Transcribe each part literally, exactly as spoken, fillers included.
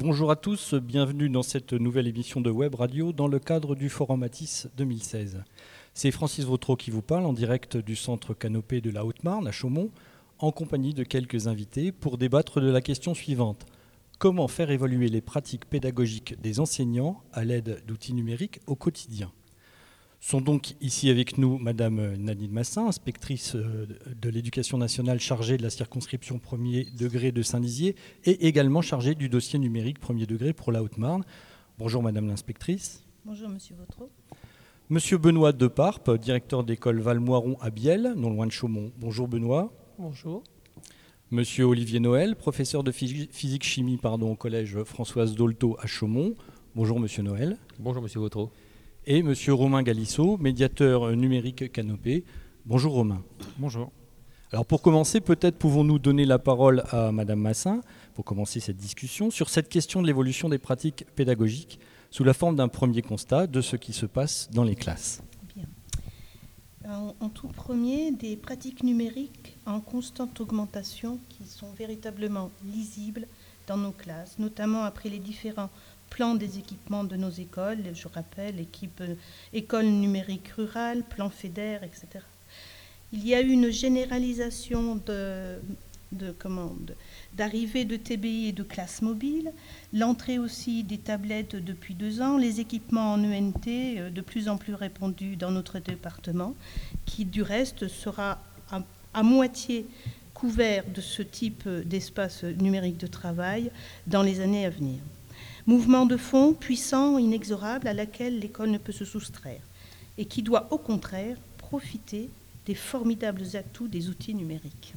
Bonjour à tous, bienvenue dans cette nouvelle émission de Web Radio dans le cadre du Forum Matisse deux mille seize. C'est Francis Vautreau qui vous parle en direct du centre Canopée de la Haute-Marne à Chaumont, en compagnie de quelques invités pour débattre de la question suivante. Comment faire évoluer les pratiques pédagogiques des enseignants à l'aide d'outils numériques au quotidien ? Sont donc ici avec nous Madame Nadine Massin, inspectrice de l'éducation nationale chargée de la circonscription premier degré de Saint-Dizier et également chargée du dossier numérique premier degré pour la Haute-Marne. Bonjour Madame l'inspectrice. Bonjour Monsieur Vautreau. Monsieur Benoît Deparpe, directeur d'école Valmoiron à Bielle, non loin de Chaumont. Bonjour Benoît. Bonjour. Monsieur Olivier Noël, professeur de physique-chimie pardon, au collège Françoise Dolto à Chaumont. Bonjour Monsieur Noël. Bonjour Monsieur Vautreau. Et Monsieur Romain Galissot, médiateur numérique Canopée. Bonjour Romain. Bonjour. Alors pour commencer, peut-être pouvons-nous donner la parole à Madame Massin pour commencer cette discussion sur cette question de l'évolution des pratiques pédagogiques sous la forme d'un premier constat de ce qui se passe dans les classes. Bien. En, en tout premier, des pratiques numériques en constante augmentation qui sont véritablement lisibles dans nos classes, notamment après les différents plan des équipements de nos écoles, je rappelle, équipe, euh, école numérique rurale, plan FEDER, et cetera. Il y a eu une généralisation de, de, comment, de, d'arrivée de T B I et de classes mobiles, l'entrée aussi des tablettes depuis deux ans, les équipements en E N T euh, de plus en plus répandus dans notre département, qui du reste sera à, à moitié couvert de ce type d'espace numérique de travail dans les années à venir. Mouvement de fond puissant, inexorable, à laquelle l'école ne peut se soustraire et qui doit au contraire profiter des formidables atouts des outils numériques.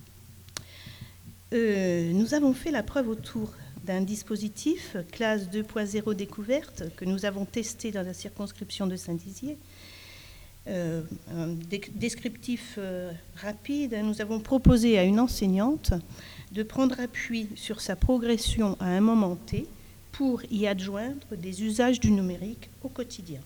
Euh, nous avons fait la preuve autour d'un dispositif, classe deux point zéro découverte, que nous avons testé dans la circonscription de Saint-Dizier. Euh, un descriptif euh, rapide, nous avons proposé à une enseignante de prendre appui sur sa progression à un moment T pour y adjoindre des usages du numérique au quotidien.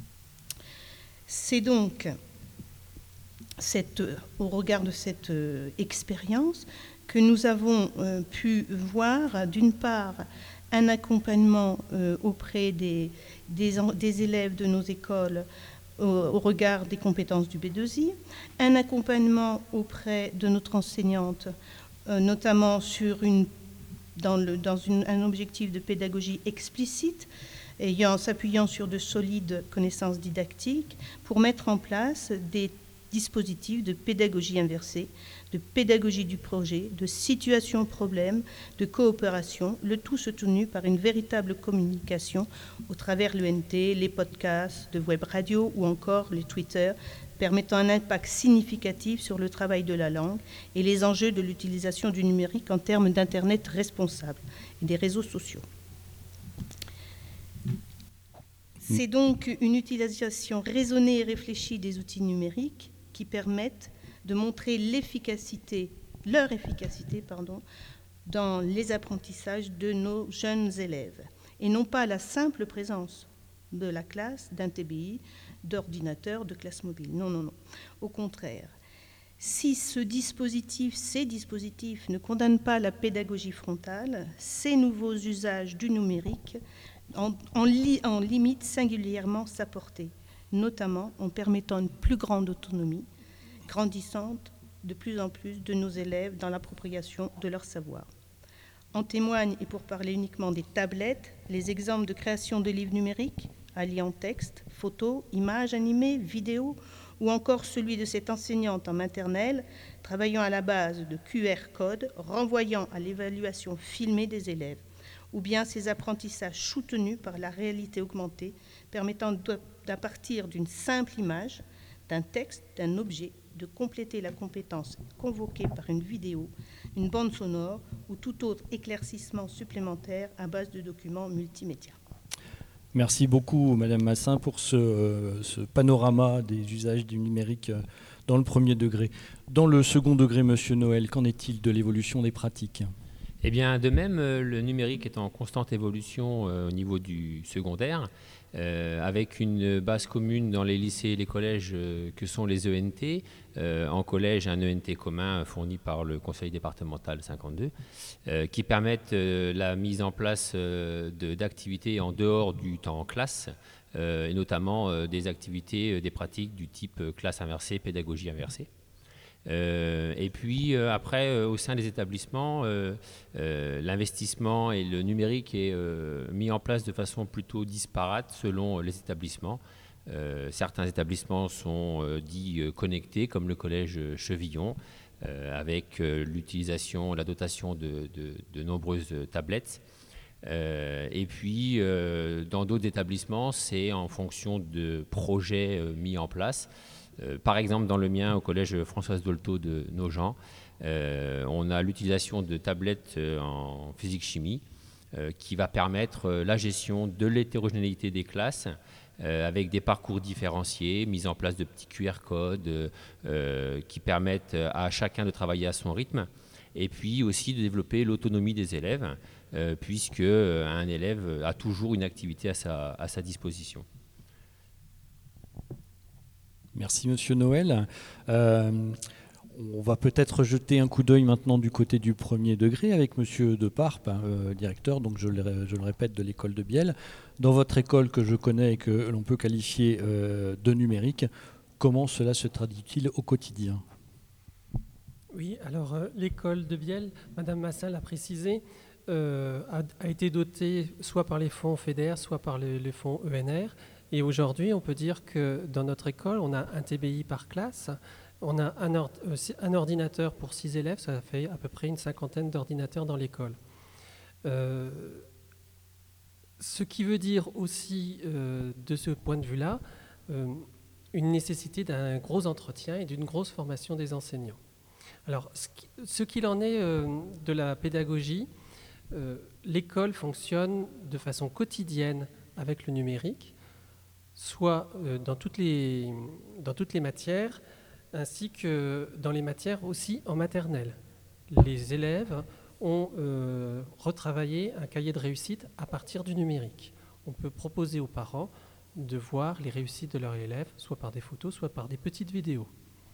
C'est donc cette, au regard de cette euh, expérience que nous avons euh, pu voir, d'une part, un accompagnement euh, auprès des, des, des élèves de nos écoles au, au regard des compétences du B deux I, un accompagnement auprès de notre enseignante, euh, notamment sur une dans, le, dans une, un objectif de pédagogie explicite, ayant, s'appuyant sur de solides connaissances didactiques, pour mettre en place des dispositifs de pédagogie inversée, de pédagogie du projet, de situation-problème, de coopération, le tout soutenu par une véritable communication au travers l'E N T, les podcasts de web radio ou encore les Twitter, permettant un impact significatif sur le travail de la langue et les enjeux de l'utilisation du numérique en termes d'Internet responsable et des réseaux sociaux. C'est donc une utilisation raisonnée et réfléchie des outils numériques qui permettent de montrer l'efficacité, leur efficacité, pardon, dans les apprentissages de nos jeunes élèves, et non pas la simple présence de la classe, d'un T B I, d'ordinateur, de classe mobile. Non, non, non. Au contraire, si ce dispositif, ces dispositifs ne condamnent pas la pédagogie frontale, ces nouveaux usages du numérique en, en, li, en limitent singulièrement sa portée, notamment en permettant une plus grande autonomie grandissante de plus en plus de nos élèves dans l'appropriation de leur savoir. En témoignent, et pour parler uniquement des tablettes, les exemples de création de livres numériques alliant texte, photos, images animées, vidéos, ou encore celui de cette enseignante en maternelle travaillant à la base de Q R codes renvoyant à l'évaluation filmée des élèves, ou bien ces apprentissages soutenus par la réalité augmentée permettant de, d'à partir d'une simple image, d'un texte, d'un objet, de compléter la compétence convoquée par une vidéo, une bande sonore ou tout autre éclaircissement supplémentaire à base de documents multimédia. Merci beaucoup, Madame Massin, pour ce, ce panorama des usages du numérique dans le premier degré. Dans le second degré, Monsieur Noël, qu'en est-il de l'évolution des pratiques ? Eh bien, de même, le numérique est en constante évolution euh, au niveau du secondaire, euh, avec une base commune dans les lycées et les collèges euh, que sont les E N T. Euh, en collège, un E N T commun fourni par le conseil départemental cinquante-deux, euh, qui permettent euh, la mise en place euh, de, d'activités en dehors du temps en classe, euh, et notamment euh, des activités, euh, des pratiques du type euh, classe inversée, pédagogie inversée. Euh, et puis euh, après, euh, au sein des établissements, euh, euh, l'investissement et le numérique est euh, mis en place de façon plutôt disparate selon les établissements. Euh, certains établissements sont euh, dits euh, connectés, comme le collège Chevillon, euh, avec euh, l'utilisation, la dotation de, de, de nombreuses tablettes. Euh, et puis, euh, dans d'autres établissements, c'est en fonction de projets euh, mis en place. Euh, par exemple, dans le mien, au collège Françoise Dolto de Nogent, euh, on a l'utilisation de tablettes euh, en physique-chimie euh, qui va permettre euh, la gestion de l'hétérogénéité des classes euh, avec des parcours différenciés, mise en place de petits Q R codes euh, qui permettent à chacun de travailler à son rythme, et puis aussi de développer l'autonomie des élèves, euh, puisque euh, un élève a toujours une activité à sa, à sa disposition. Merci Monsieur Noël. Euh, on va peut-être jeter un coup d'œil maintenant du côté du premier degré avec Monsieur Deparpe, euh, directeur, donc je le, je le répète, de l'école de Biel. Dans votre école que je connais et que l'on peut qualifier euh, de numérique, comment cela se traduit-il au quotidien ? Oui, alors euh, l'école de Biel, Madame Massin l'a précisé, euh, a, a été dotée soit par les fonds FEDER, soit par les, les fonds E N R. Et aujourd'hui, on peut dire que dans notre école, on a un T B I par classe, on a un, or, un ordinateur pour six élèves, ça fait à peu près une cinquantaine d'ordinateurs dans l'école. Euh, ce qui veut dire aussi, euh, de ce point de vue-là, euh, une nécessité d'un gros entretien et d'une grosse formation des enseignants. Alors, ce qu'il en est euh, de la pédagogie, euh, l'école fonctionne de façon quotidienne avec le numérique, soit euh, dans, toutes les, dans toutes les matières, ainsi que dans les matières aussi en maternelle. Les élèves ont euh, retravaillé un cahier de réussite à partir du numérique. On peut proposer aux parents de voir les réussites de leurs élèves, soit par des photos, soit par des petites vidéos.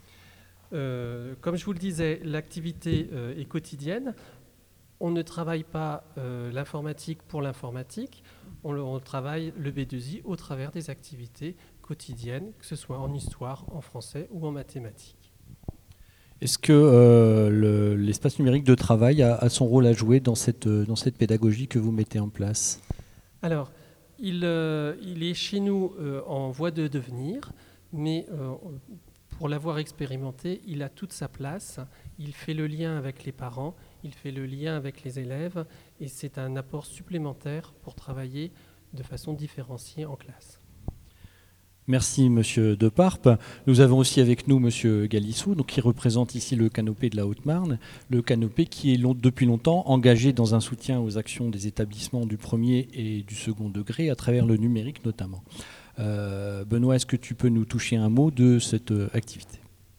Euh, comme je vous le disais, l'activité euh, est quotidienne. On ne travaille pas euh, l'informatique pour l'informatique, on, on travaille le B deux I au travers des activités quotidiennes, que ce soit en histoire, en français ou en mathématiques. Est-ce que euh, le, l'espace numérique de travail a, a son rôle à jouer dans cette, dans cette pédagogie que vous mettez en place ? Alors, il, euh, il est chez nous euh, en voie de devenir, mais euh, pour l'avoir expérimenté, il a toute sa place, il fait le lien avec les parents, il fait le lien avec les élèves et c'est un apport supplémentaire pour travailler de façon différenciée en classe. Merci Monsieur Deparpe. Nous avons aussi avec nous Monsieur Galissou, donc qui représente ici le Canopé de la Haute-Marne, le Canopé qui est long, depuis longtemps engagé dans un soutien aux actions des établissements du premier et du second degré à travers le numérique notamment. Euh, Benoît, est-ce que tu peux nous toucher un mot de cette euh, activité ?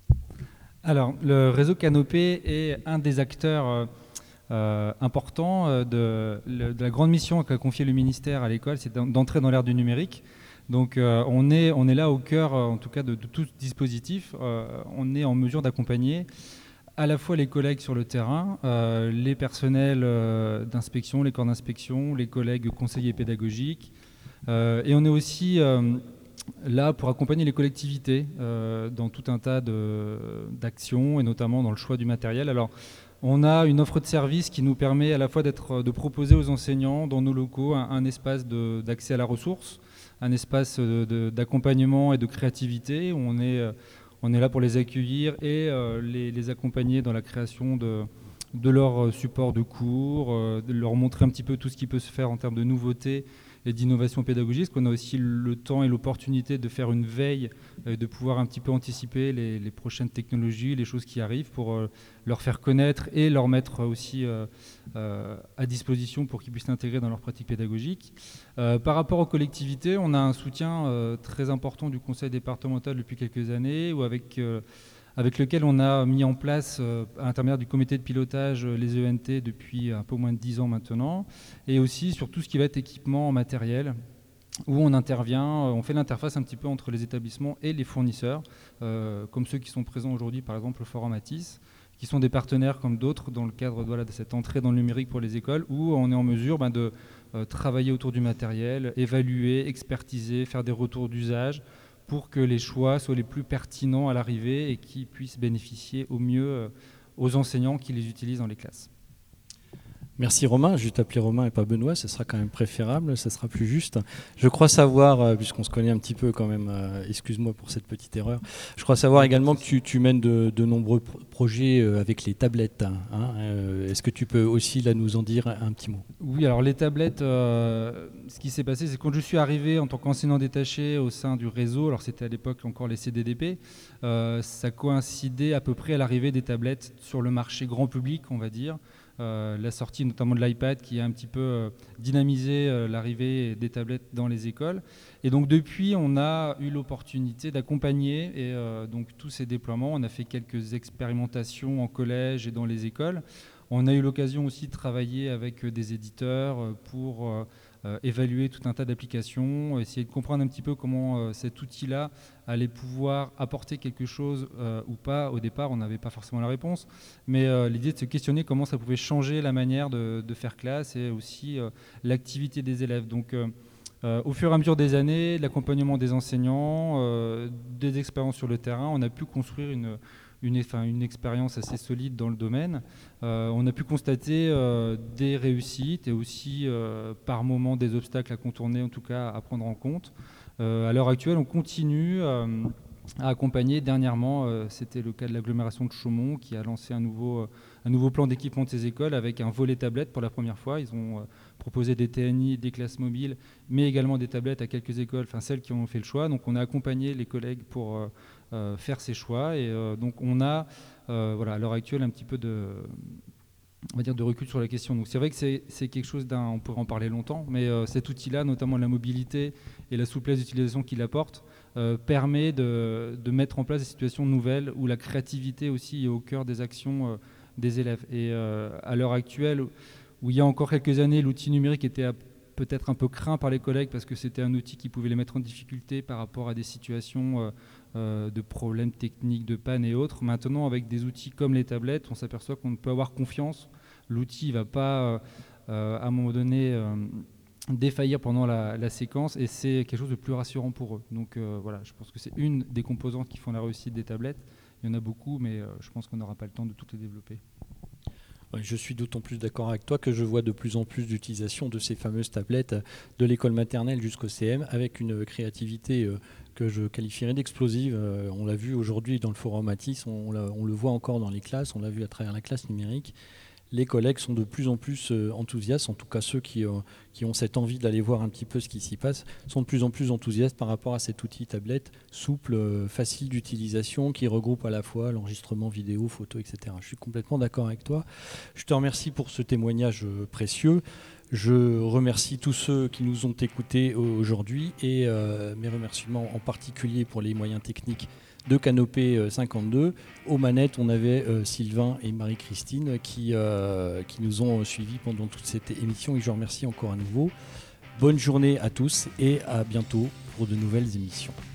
Alors, le réseau Canopé est un des acteurs euh, euh, importants euh, de, de la grande mission qu'a confiée le ministère à l'école, c'est d'entrer dans l'ère du numérique. Donc, euh, on, est, on est là au cœur, en tout cas, de, de tout ce dispositif. Euh, on est en mesure d'accompagner à la fois les collègues sur le terrain, euh, les personnels euh, d'inspection, les corps d'inspection, les collègues conseillers pédagogiques. Euh, et on est aussi euh, là pour accompagner les collectivités euh, dans tout un tas de, d'actions et notamment dans le choix du matériel. Alors, on a une offre de service qui nous permet à la fois d'être, de proposer aux enseignants dans nos locaux un, un espace de, d'accès à la ressource, un espace de, de, d'accompagnement et de créativité où on est, on est là pour les accueillir et euh, les, les accompagner dans la création de, de leur support de cours, euh, de leur montrer un petit peu tout ce qui peut se faire en termes de nouveautés et d'innovation pédagogique, qu'on a aussi le temps et l'opportunité de faire une veille, euh, de pouvoir un petit peu anticiper les, les prochaines technologies, les choses qui arrivent pour euh, leur faire connaître et leur mettre aussi euh, euh, à disposition pour qu'ils puissent l'intégrer dans leur pratique pédagogique. Euh, par rapport aux collectivités, on a un soutien euh, très important du conseil départemental depuis quelques années, où avec, euh, avec lequel on a mis en place, euh, à l'intermédiaire du comité de pilotage, les E N T depuis un peu moins de dix ans maintenant, et aussi sur tout ce qui va être équipement matériel, où on intervient, on fait l'interface un petit peu entre les établissements et les fournisseurs, euh, comme ceux qui sont présents aujourd'hui, par exemple le Forum Matisse, qui sont des partenaires comme d'autres dans le cadre voilà, de cette entrée dans le numérique pour les écoles, où on est en mesure ben, de euh, travailler autour du matériel, évaluer, expertiser, faire des retours d'usage, pour que les choix soient les plus pertinents à l'arrivée et qui puissent bénéficier au mieux euh, aux enseignants qui les utilisent dans les classes. Merci Romain, je vais t'appeler Romain et pas Benoît, ce sera quand même préférable, ce sera plus juste. Je crois savoir, euh, puisqu'on se connaît un petit peu quand même, euh, excuse-moi pour cette petite erreur, je crois savoir également que tu, tu mènes de, de nombreux pro- projets euh, avec les tablettes. Hein, euh, est-ce que tu peux aussi là nous en dire un, un petit mot ? Oui, alors les tablettes, euh, ce qui s'est passé, c'est quand je suis arrivé en tant qu'enseignant détaché au sein du réseau, alors c'était à l'époque encore les C D D P, euh, ça coïncidait à peu près à l'arrivée des tablettes sur le marché grand public, on va dire. Euh, la sortie notamment de l'iPad qui a un petit peu euh, dynamisé euh, l'arrivée des tablettes dans les écoles. Et donc depuis, on a eu l'opportunité d'accompagner et, euh, donc, tous ces déploiements. On a fait quelques expérimentations en collège et dans les écoles. On a eu l'occasion aussi de travailler avec euh, des éditeurs euh, pour euh, euh, évaluer tout un tas d'applications, essayer de comprendre un petit peu comment euh, cet outil-là allait pouvoir apporter quelque chose euh, ou pas. Au départ, on n'avait pas forcément la réponse, mais euh, l'idée de se questionner comment ça pouvait changer la manière de, de faire classe et aussi euh, l'activité des élèves. Donc, euh, euh, au fur et à mesure des années, de l'accompagnement des enseignants, euh, des expériences sur le terrain, on a pu construire une, une, enfin, une expérience assez solide dans le domaine. Euh, on a pu constater euh, des réussites et aussi euh, par moments des obstacles à contourner, en tout cas à prendre en compte. Euh, à l'heure actuelle, on continue euh, à accompagner. Dernièrement, euh, c'était le cas de l'agglomération de Chaumont qui a lancé un nouveau, euh, un nouveau plan d'équipement de ses écoles avec un volet tablette pour la première fois. Ils ont euh, proposé des T N I, des classes mobiles, mais également des tablettes à quelques écoles, enfin celles qui ont fait le choix. Donc on a accompagné les collègues pour euh, euh, faire ces choix. Et euh, donc on a euh, voilà, à l'heure actuelle un petit peu de... on va dire de recul sur la question. Donc c'est vrai que c'est, c'est quelque chose d'un, on pourrait en parler longtemps, mais euh, cet outil-là, notamment la mobilité et la souplesse d'utilisation qu'il apporte, euh, permet de, de mettre en place des situations nouvelles où la créativité aussi est au cœur des actions euh, des élèves. Et euh, à l'heure actuelle, où il y a encore quelques années, l'outil numérique était à, peut-être un peu craint par les collègues parce que c'était un outil qui pouvait les mettre en difficulté par rapport à des situations euh, euh, de problèmes techniques, de panne et autres. Maintenant, avec des outils comme les tablettes, on s'aperçoit qu'on peut avoir confiance. L'outil ne va pas, euh, à un moment donné, euh, défaillir pendant la, la séquence et c'est quelque chose de plus rassurant pour eux. Donc euh, voilà, je pense que c'est une des composantes qui font la réussite des tablettes. Il y en a beaucoup, mais euh, je pense qu'on n'aura pas le temps de toutes les développer. Je suis d'autant plus d'accord avec toi que je vois de plus en plus d'utilisation de ces fameuses tablettes de l'école maternelle jusqu'au C M avec une créativité que je qualifierais d'explosive. On l'a vu aujourd'hui dans le forum Matisse, on, on le voit encore dans les classes, on l'a vu à travers la classe numérique. Les collègues sont de plus en plus enthousiastes, en tout cas ceux qui, euh, qui ont cette envie d'aller voir un petit peu ce qui s'y passe, sont de plus en plus enthousiastes par rapport à cet outil tablette souple, euh, facile d'utilisation, qui regroupe à la fois l'enregistrement vidéo, photo, et cetera. Je suis complètement d'accord avec toi. Je te remercie pour ce témoignage précieux. Je remercie tous ceux qui nous ont écoutés aujourd'hui et euh, mes remerciements en particulier pour les moyens techniques de Canopé cinquante-deux. Aux manettes, on avait euh, Sylvain et Marie-Christine qui, euh, qui nous ont suivis pendant toute cette émission et je remercie encore à nouveau. Bonne journée à tous et à bientôt pour de nouvelles émissions.